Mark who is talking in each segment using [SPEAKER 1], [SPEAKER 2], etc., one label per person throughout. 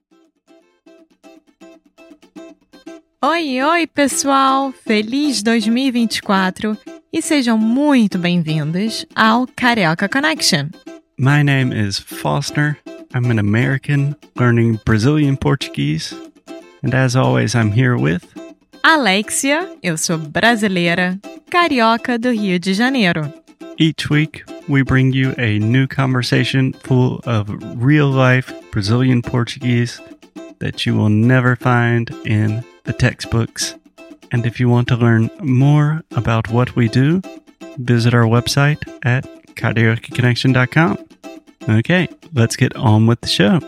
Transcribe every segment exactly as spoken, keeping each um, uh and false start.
[SPEAKER 1] Oi, oi, pessoal! Feliz dois mil e vinte e quatro e sejam muito bem-vindos ao Carioca Connection.
[SPEAKER 2] My name is Foster. I'm an American learning Brazilian Portuguese. And as always, I'm here with...
[SPEAKER 1] Alexia, eu sou brasileira, carioca do Rio de Janeiro.
[SPEAKER 2] Each week, we bring you a new conversation full of real-life Brazilian Portuguese that you will never find in the textbooks. And if you want to learn more about what we do, visit our website at carioca connection dot com. Okay, let's get on with the show.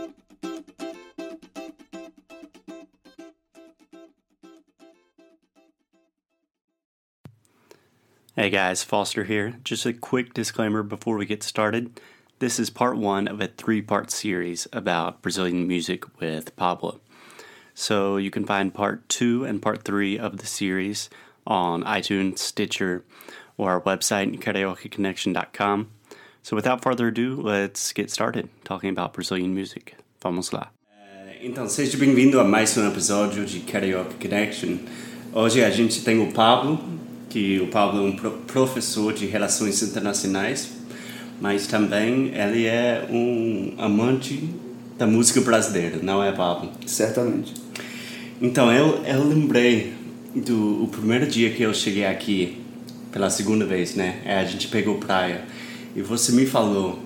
[SPEAKER 2] Hey guys, Foster here. Just a quick disclaimer before we get started. This is part one of a three-part series about Brazilian music with Pablo. So you can find part two and part three of the series on iTunes, Stitcher, or our website, carioca connection dot com. So without further ado, let's get started talking about Brazilian music. Vamos lá. Então, seja bem-vindo a mais um episódio de Carioca Connection. Hoje a gente tem o Pablo, que o Pablo é um pro- professor de Relações Internacionais, mas também ele é um amante da música brasileira, não é, Pablo?
[SPEAKER 3] Certamente.
[SPEAKER 2] Então, eu, eu lembrei do o primeiro dia que eu cheguei aqui, pela segunda vez, né? É, a gente pegou praia. E você me falou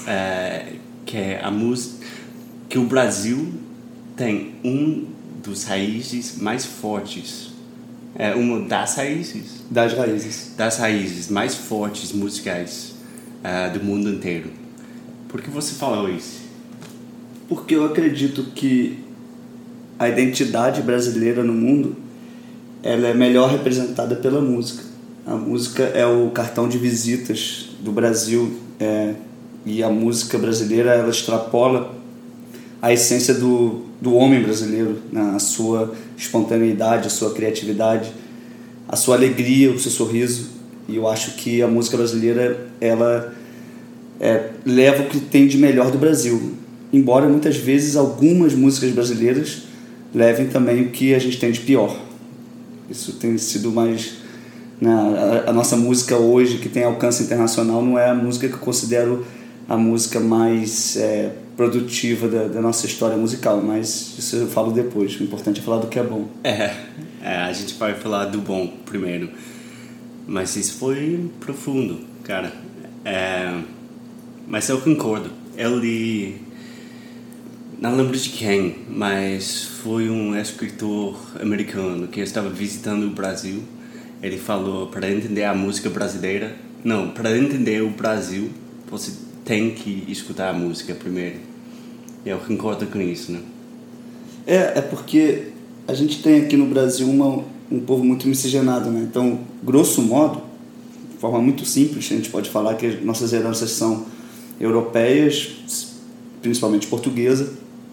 [SPEAKER 2] é, que a música, que o Brasil tem um dos raízes mais fortes, é uma das raízes,
[SPEAKER 3] Das raízes.
[SPEAKER 2] das raízes mais fortes musicais uh, do mundo inteiro. Por que você falou isso?
[SPEAKER 3] Porque eu acredito que a identidade brasileira no mundo ela é melhor representada pela música. A música é o cartão de visitas do Brasil, é, e a música brasileira ela extrapola a essência do, do homem brasileiro, né? A sua espontaneidade, a sua criatividade, a sua alegria, o seu sorriso. E eu acho que a música brasileira ela é, leva o que tem de melhor do Brasil, embora muitas vezes algumas músicas brasileiras levem também o que a gente tem de pior. Isso tem sido mais... Né, a, a nossa música hoje, que tem alcance internacional, não é a música que eu considero a música mais é, produtiva da, da nossa história musical, mas isso eu falo depois. O importante é falar do que é bom.
[SPEAKER 2] É, é, a gente vai falar do bom primeiro. Mas isso foi profundo, cara. É, mas eu concordo. Eu li... Não lembro de quem, mas foi um escritor americano que estava visitando o Brasil. Ele falou, para entender a música brasileira... Não, para entender o Brasil, você tem que escutar a música primeiro. Eu concordo com isso, né?
[SPEAKER 3] É, é porque a gente tem aqui no Brasil uma, um povo muito miscigenado, né? Então, grosso modo, de forma muito simples, a gente pode falar que nossas heranças são europeias, principalmente portuguesa,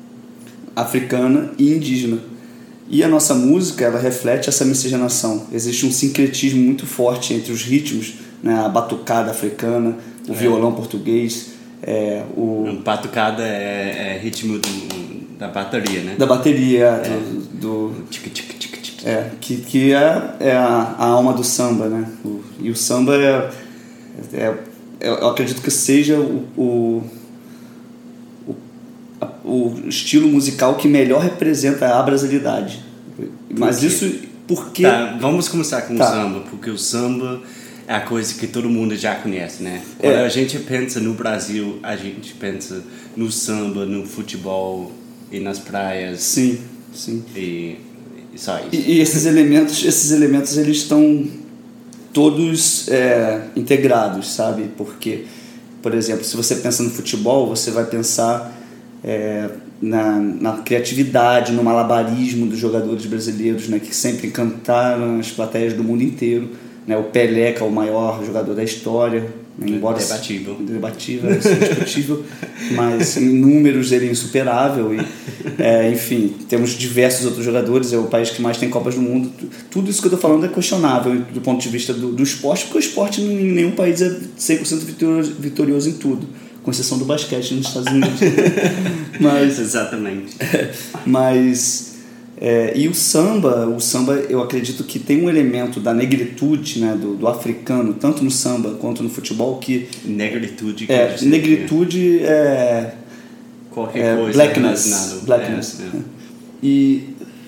[SPEAKER 3] africana e indígena. E a nossa música, ela reflete essa miscigenação. Existe um sincretismo muito forte entre os ritmos, né? A batucada africana, o é. violão português, é, o...
[SPEAKER 2] A batucada é, é ritmo do, da bateria, né?
[SPEAKER 3] Da bateria,
[SPEAKER 2] é.
[SPEAKER 3] do... do
[SPEAKER 2] tic, tic, tic, tic.
[SPEAKER 3] É, que, que é, é a, a alma do samba, né? O, e o samba é, é... Eu acredito que seja o... o o estilo musical que melhor representa a brasilidade. Mas isso porque...
[SPEAKER 2] Tá, vamos começar com
[SPEAKER 3] tá.
[SPEAKER 2] o samba, porque o samba é a coisa que todo mundo já conhece, né? Quando
[SPEAKER 3] é.
[SPEAKER 2] a gente pensa no Brasil, a gente pensa no samba, no futebol e nas praias.
[SPEAKER 3] Sim, sim.
[SPEAKER 2] E, e só isso.
[SPEAKER 3] E, e esses elementos, esses elementos eles estão todos é, integrados, sabe? Porque, por exemplo, se você pensa no futebol, você vai pensar... É, na, na criatividade, no malabarismo dos jogadores brasileiros, né, que sempre encantaram as plateias do mundo inteiro, né, o Pelé, que é o maior jogador da história, né, embora
[SPEAKER 2] debatível,
[SPEAKER 3] debatível, discutível, mas em números ele é insuperável e, é, enfim, temos diversos outros jogadores, é o país que mais tem Copas do Mundo. Tudo isso que eu estou falando é questionável do ponto de vista do, do esporte, porque o esporte em nenhum país é cem por cento vitorioso, vitorioso em tudo, com exceção do basquete nos Estados Unidos. Mas,
[SPEAKER 2] exatamente.
[SPEAKER 3] É, mas é, e o samba, o samba eu acredito que tem um elemento da negritude, né, do, do africano, tanto no samba quanto no futebol, que
[SPEAKER 2] negritude, que
[SPEAKER 3] é, negritude é
[SPEAKER 2] qualquer
[SPEAKER 3] é,
[SPEAKER 2] coisa
[SPEAKER 3] blackness, blackness.
[SPEAKER 2] É, é.
[SPEAKER 3] E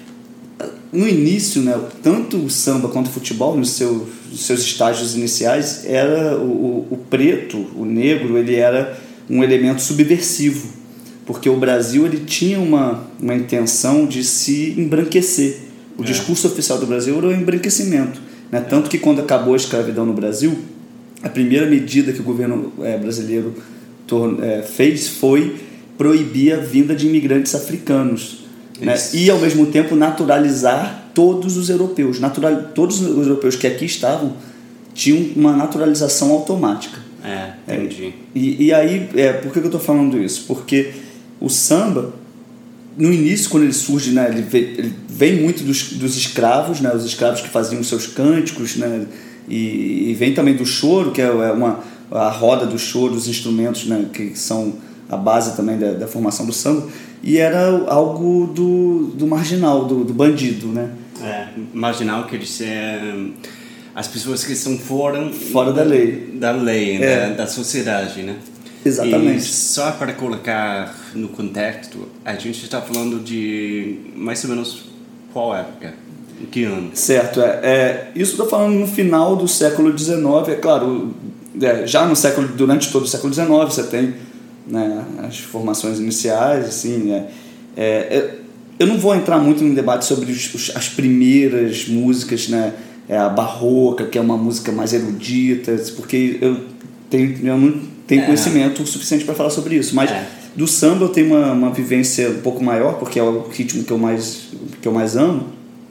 [SPEAKER 3] no início, né, tanto o samba quanto o futebol, nos seus, nos seus estágios iniciais, era o, o, o preto, o negro, ele era um elemento subversivo, porque o Brasil ele tinha uma, uma intenção de se embranquecer. O é. discurso oficial do Brasil era o embranquecimento, né? É. Tanto que quando acabou a escravidão no Brasil, a primeira medida que o governo é, brasileiro tor- é, fez foi proibir a vinda de imigrantes africanos. Né? E ao mesmo tempo naturalizar todos os europeus. Natural, todos os europeus que aqui estavam tinham uma naturalização automática.
[SPEAKER 2] É, entendi.
[SPEAKER 3] É, e, e aí, é, por que eu estou falando isso? Porque o samba, no início, quando ele surge, né, ele, vem, ele vem muito dos, dos escravos, né, os escravos que faziam os seus cânticos, né, e, e vem também do choro, que é uma, a roda do choro, os instrumentos, né, que são a base também da, da formação do samba. E era algo do, do marginal, do, do bandido, né?
[SPEAKER 2] É, marginal quer dizer as pessoas que estão fora,
[SPEAKER 3] fora da lei.
[SPEAKER 2] Da lei,
[SPEAKER 3] é.
[SPEAKER 2] da, da sociedade, né?
[SPEAKER 3] Exatamente.
[SPEAKER 2] E só para colocar no contexto, a gente está falando de mais ou menos qual época? Em que ano?
[SPEAKER 3] Certo, é, é, isso estou falando no final do século dezenove, é claro, é, já no século, durante todo o século dezenove você tem, né, as formações iniciais, assim, é, é, eu não vou entrar muito no debate sobre os, os, as primeiras músicas, né, é, a barroca, que é uma música mais erudita, porque eu, tenho, eu não tenho é. conhecimento suficiente para falar sobre isso, mas é. do samba eu tenho uma, uma vivência um pouco maior, porque é o ritmo que eu mais, que eu mais amo,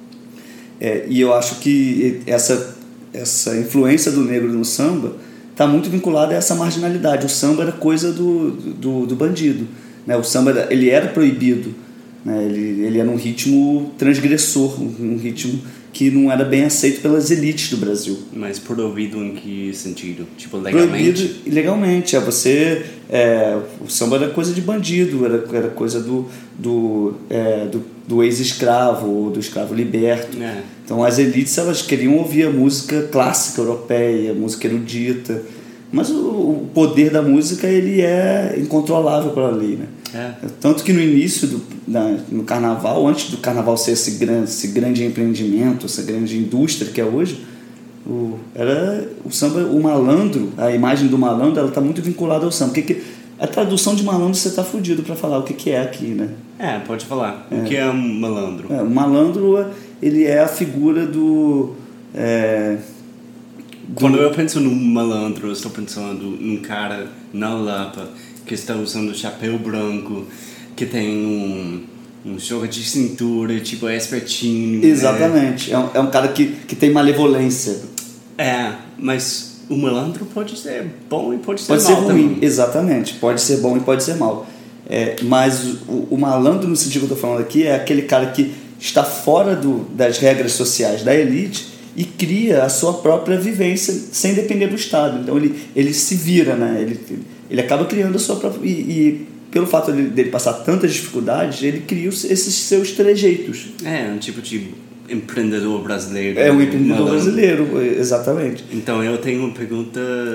[SPEAKER 3] é, e eu acho que essa, essa influência do negro no samba está muito vinculado a essa marginalidade. O samba era coisa do, do, do bandido, né? O samba era, ele era proibido, né? ele, ele era um ritmo transgressor, um, um ritmo que não era bem aceito pelas elites do Brasil.
[SPEAKER 2] Mas proibido em que sentido? Tipo, legalmente?
[SPEAKER 3] Proibido legalmente. É, você, é, o samba era coisa de bandido, era, era coisa do, do, é, do, do ex-escravo ou do escravo liberto.
[SPEAKER 2] É.
[SPEAKER 3] Então as elites elas queriam ouvir a música clássica europeia, a música erudita, mas o, o poder da música ele é incontrolável pela lei, né?
[SPEAKER 2] É.
[SPEAKER 3] Tanto que no início do, da, no carnaval, antes do carnaval ser esse grande, esse grande empreendimento, essa grande indústria que é hoje, o, era o samba, o malandro, a imagem do malandro ela está muito vinculada ao samba. Que, que, a tradução de malandro você está fudido para falar o que, que é aqui, né?
[SPEAKER 2] É, pode falar.
[SPEAKER 3] É.
[SPEAKER 2] O que é um malandro?
[SPEAKER 3] É, o malandro ele é a figura do... É, do...
[SPEAKER 2] Quando eu penso num malandro, eu estou pensando num cara na Lapa que está usando chapéu branco, que tem um, um jogo de cintura, tipo, é espertinho.
[SPEAKER 3] Exatamente. Né? É, um, é um cara que, que tem malevolência.
[SPEAKER 2] É, mas o malandro pode ser bom e pode ser
[SPEAKER 3] pode
[SPEAKER 2] mal
[SPEAKER 3] ser ruim,
[SPEAKER 2] também.
[SPEAKER 3] Exatamente. Pode ser bom e pode ser mal. É, mas o, o malandro, no sentido que eu estou falando aqui, é aquele cara que está fora do, das regras sociais da elite e cria a sua própria vivência sem depender do Estado. Então ele, ele se vira, né? Ele, ele acaba criando a sua própria... E, e pelo fato dele, dele passar tantas dificuldades, ele cria esses seus trejeitos.
[SPEAKER 2] É, um tipo de empreendedor brasileiro.
[SPEAKER 3] É um empreendedor
[SPEAKER 2] malandro.
[SPEAKER 3] brasileiro, exatamente.
[SPEAKER 2] Então eu tenho uma pergunta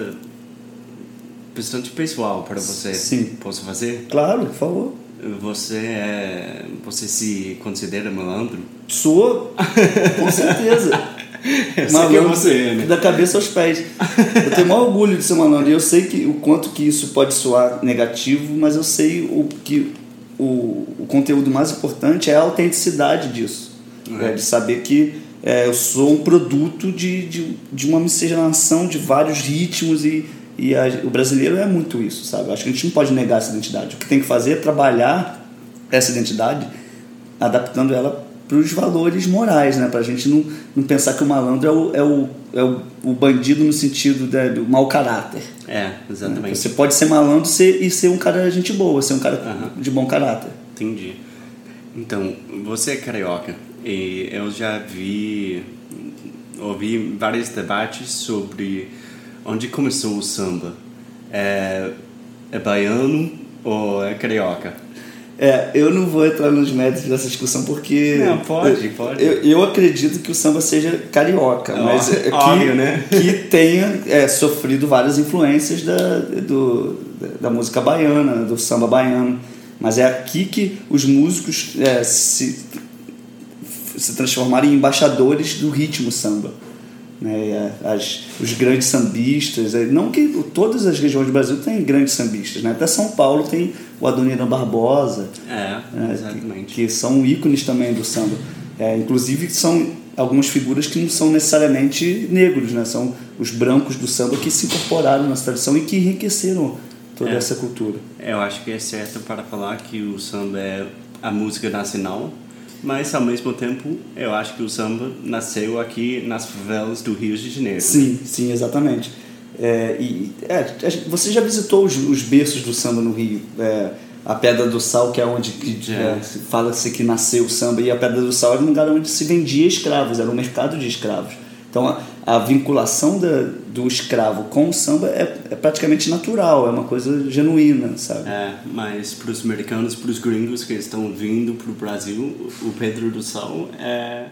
[SPEAKER 2] bastante pessoal para você.
[SPEAKER 3] Sim.
[SPEAKER 2] Posso fazer?
[SPEAKER 3] Claro, por favor.
[SPEAKER 2] Você é... Você se considera malandro?
[SPEAKER 3] Sou, com certeza.
[SPEAKER 2] Eu sei que é você, né?
[SPEAKER 3] Da cabeça aos pés. Eu tenho o maior orgulho de ser malandro. E eu sei que, o quanto que isso pode soar negativo, mas eu sei o, que o, o conteúdo mais importante é a autenticidade disso. Uhum. É, de saber que é, eu sou um produto de, de, de uma miscigenação de vários ritmos e, e a, o brasileiro é muito isso, sabe? Acho que a gente não pode negar essa identidade. O que tem que fazer é trabalhar essa identidade adaptando ela para os valores morais, né? Para a gente não, não pensar que o malandro é o, é o, é o, o bandido no sentido de, do mau caráter.
[SPEAKER 2] É, exatamente.
[SPEAKER 3] Né? Você pode ser malandro ser, e ser um cara gente boa, ser um cara uhum. de bom caráter.
[SPEAKER 2] Entendi. Então, você é carioca e eu já vi, ouvi vários debates sobre onde começou o samba. É, é baiano ou é carioca?
[SPEAKER 3] É, eu não vou entrar nos méritos dessa discussão porque...
[SPEAKER 2] Não, pode, pode.
[SPEAKER 3] Eu, eu acredito que o samba seja carioca, oh, mas é,
[SPEAKER 2] óbvio,
[SPEAKER 3] que,
[SPEAKER 2] né?
[SPEAKER 3] que tenha é, sofrido várias influências da, do, da música baiana, do samba baiano. Mas é aqui que os músicos é, se, se transformaram em embaixadores do ritmo samba. Né, as, os grandes sambistas, não que todas as regiões do Brasil têm grandes sambistas, né? Até São Paulo tem o Adoniran Barbosa,
[SPEAKER 2] é,
[SPEAKER 3] né,
[SPEAKER 2] exatamente.
[SPEAKER 3] Que, que são ícones também do samba. É, inclusive são algumas figuras que não são necessariamente negros, né? São os brancos do samba que se incorporaram nessa tradição e que enriqueceram toda
[SPEAKER 2] é,
[SPEAKER 3] essa cultura.
[SPEAKER 2] Eu acho que é certo para falar que o samba é a música nacional, mas ao mesmo tempo eu acho que o samba nasceu aqui nas favelas do Rio de Janeiro.
[SPEAKER 3] Sim, sim, exatamente. É, e, é, você já visitou os, os berços do samba no Rio? É, a Pedra do Sal, que é onde que, é, fala-se que nasceu o samba, e a Pedra do Sal era um lugar onde se vendia escravos, era um mercado de escravos. Então a, a vinculação da, do escravo com o samba é, é praticamente natural, é uma coisa genuína, sabe?
[SPEAKER 2] É, mas para os americanos, para os gringos que estão vindo para o Brasil, o Pedro do Sal é...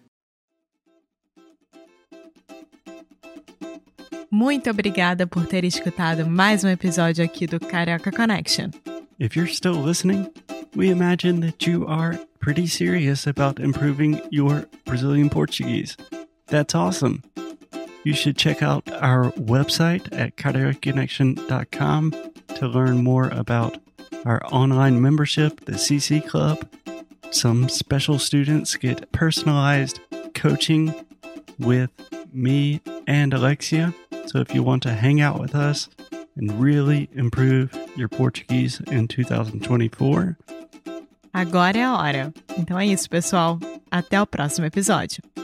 [SPEAKER 1] Muito obrigada por ter escutado mais um episódio aqui do Carioca Connection.
[SPEAKER 2] If you're still listening, we imagine that you are pretty serious about improving your Brazilian Portuguese. That's awesome. You should check out our website at carioca connection dot com to learn more about our online membership, the C C Club. Some special students get personalized coaching with me and Alexia. So if you want to hang out with us and really improve your Portuguese in two thousand twenty-four.
[SPEAKER 1] Agora é a hora. Então é isso, pessoal. Até o próximo episódio.